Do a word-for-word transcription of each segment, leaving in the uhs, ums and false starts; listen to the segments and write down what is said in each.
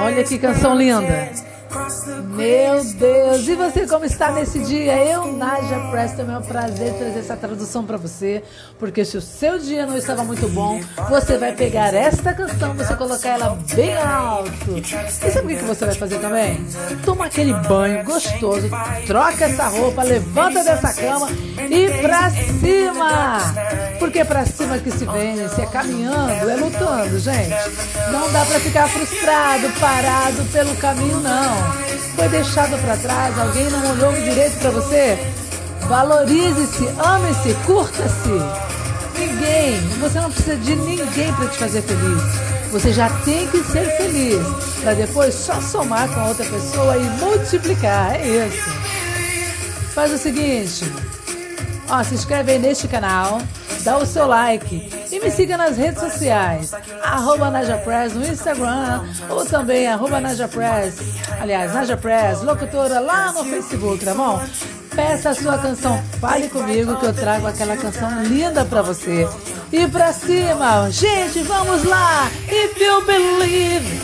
Olha que canção linda. Meu Deus, e você como está nesse dia? Eu, Naja Preston, é meu prazer trazer essa tradução para você, porque se o seu dia não estava muito bom, você vai pegar esta canção, você colocar ela bem alto. E sabe o que você vai fazer também? Toma aquele banho gostoso, troca essa roupa, levanta dessa cama e pra cima! Porque é pra cima que se vence, é caminhando, é lutando, gente. Não dá pra ficar frustrado, parado pelo caminho, não. Foi deixado para trás, alguém não olhou direito para você? Valorize-se, ame-se, curta-se. Ninguém, você não precisa de ninguém para te fazer feliz. Você já tem que ser feliz, para depois só somar com a outra pessoa e multiplicar, é isso. Faz o seguinte, ó, se inscreve aí neste canal, dá o seu like e me siga nas redes sociais, arroba NajaPress no Instagram ou também arroba NajaPress, aliás, NajaPress, locutora lá no Facebook, tá bom? Peça a sua canção, fale comigo que eu trago aquela canção linda pra você. E pra cima, gente, vamos lá! If you believe!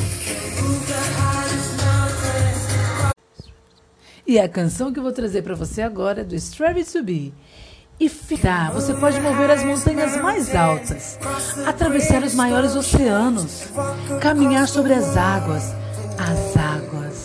E a canção que eu vou trazer pra você agora é do Strive to Be. E fitar, você pode mover as montanhas mais altas, atravessar os maiores oceanos, caminhar sobre as águas, as águas.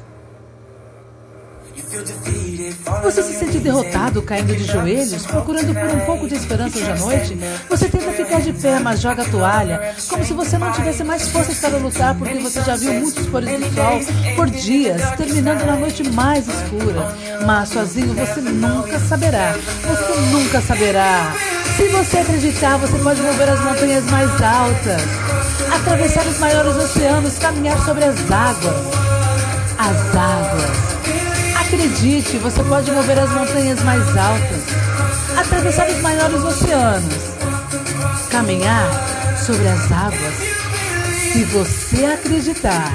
Você se sente derrotado, caindo de joelhos, procurando por um pouco de esperança hoje à noite? Você tenta ficar de pé, mas joga a toalha, como se você não tivesse mais forças para lutar, porque você já viu muitos pôres do sol por dias, terminando na noite mais escura. Mas sozinho você nunca saberá, você nunca saberá. Se você acreditar, você pode mover as montanhas mais altas, atravessar os maiores oceanos, caminhar sobre as águas, as águas. Acredite, você pode mover as montanhas mais altas, atravessar os maiores oceanos, caminhar sobre as águas, se você acreditar.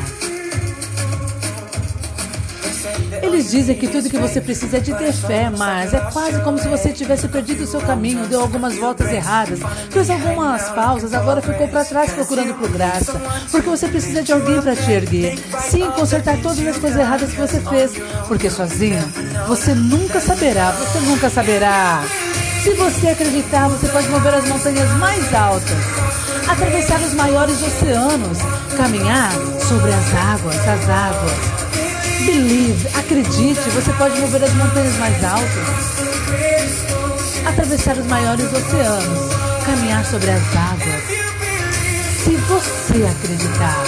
Eles dizem que tudo que você precisa é de ter fé, mas é quase como se você tivesse perdido o seu caminho, deu algumas voltas erradas, fez algumas pausas, agora ficou para trás procurando por graça, porque você precisa de alguém para te erguer. Sim, consertar todas as coisas erradas que você fez, porque sozinho você nunca saberá, você nunca saberá. Se você acreditar, você pode mover as montanhas mais altas, atravessar os maiores oceanos, caminhar sobre as águas, as águas. Believe, acredite, você pode mover as montanhas mais altas, atravessar os maiores oceanos, caminhar sobre as águas, se você acreditar.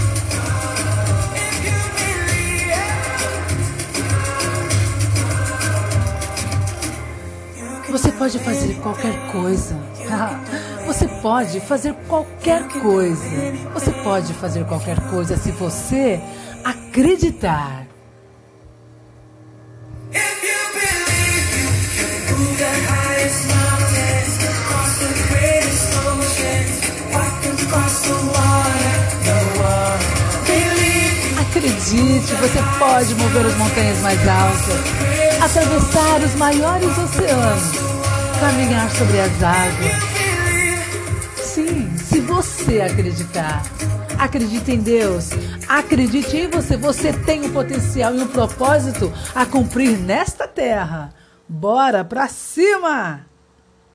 Você pode fazer qualquer coisa. Você pode fazer qualquer coisa. Você pode fazer qualquer coisa se você acreditar. Acredite, você pode mover as montanhas mais altas, atravessar os maiores oceanos, caminhar sobre as águas. Sim, se você acreditar. Acredite em Deus, acredite em você, você tem um potencial e um propósito a cumprir nesta terra. Bora pra cima!